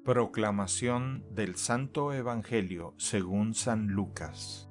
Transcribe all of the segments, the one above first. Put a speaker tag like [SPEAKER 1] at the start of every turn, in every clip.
[SPEAKER 1] Proclamación del Santo Evangelio según San Lucas.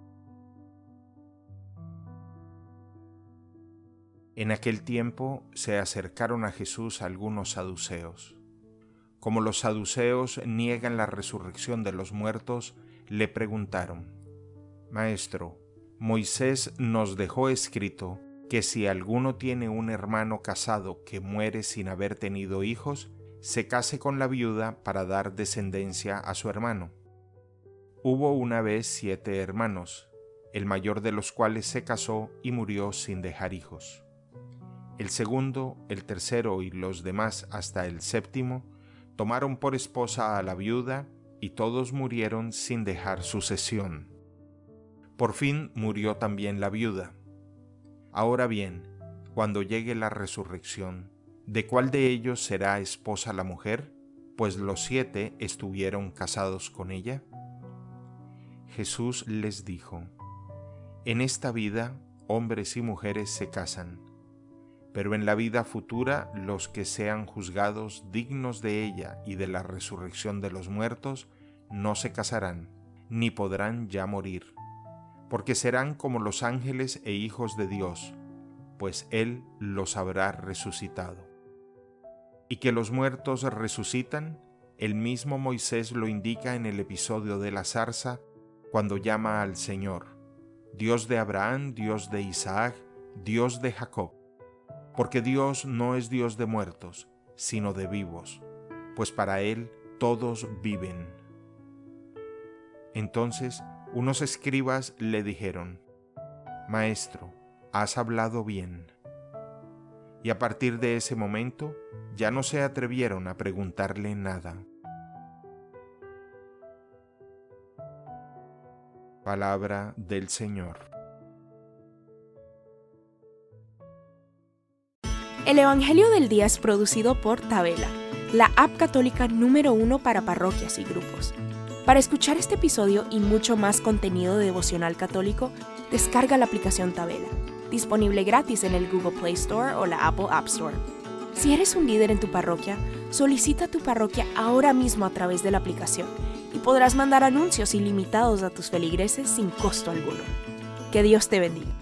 [SPEAKER 1] En aquel tiempo se acercaron a Jesús algunos saduceos. Como los saduceos niegan la resurrección de los muertos, le preguntaron: Maestro, Moisés nos dejó escrito que si alguno tiene un hermano casado que muere sin haber tenido hijos, se case con la viuda para dar descendencia a su hermano. Hubo una vez 7 hermanos, el mayor de los cuales se casó y murió sin dejar hijos. El segundo, el tercero y los demás hasta el séptimo tomaron por esposa a la viuda y todos murieron sin dejar sucesión. Por fin murió también la viuda. Ahora bien, cuando llegue la resurrección, ¿de cuál de ellos será esposa la mujer? Pues los 7 estuvieron casados con ella. Jesús les dijo: En esta vida hombres y mujeres se casan, pero en la vida futura los que sean juzgados dignos de ella y de la resurrección de los muertos no se casarán, ni podrán ya morir, porque serán como los ángeles e hijos de Dios, pues Él los habrá resucitado. Y que los muertos resucitan, el mismo Moisés lo indica en el episodio de la zarza, cuando llama al Señor, Dios de Abraham, Dios de Isaac, Dios de Jacob. Porque Dios no es Dios de muertos, sino de vivos, pues para Él todos viven. Entonces unos escribas le dijeron: Maestro, has hablado bien. Y a partir de ese momento ya no se atrevieron a preguntarle nada. Palabra del Señor.
[SPEAKER 2] El Evangelio del Día es producido por Tabela, la app católica número 1 para parroquias y grupos. Para escuchar este episodio y mucho más contenido devocional católico, descarga la aplicación Tabela, disponible gratis en el Google Play Store o la Apple App Store. Si eres un líder en tu parroquia, solicita tu parroquia ahora mismo a través de la aplicación y podrás mandar anuncios ilimitados a tus feligreses sin costo alguno. Que Dios te bendiga.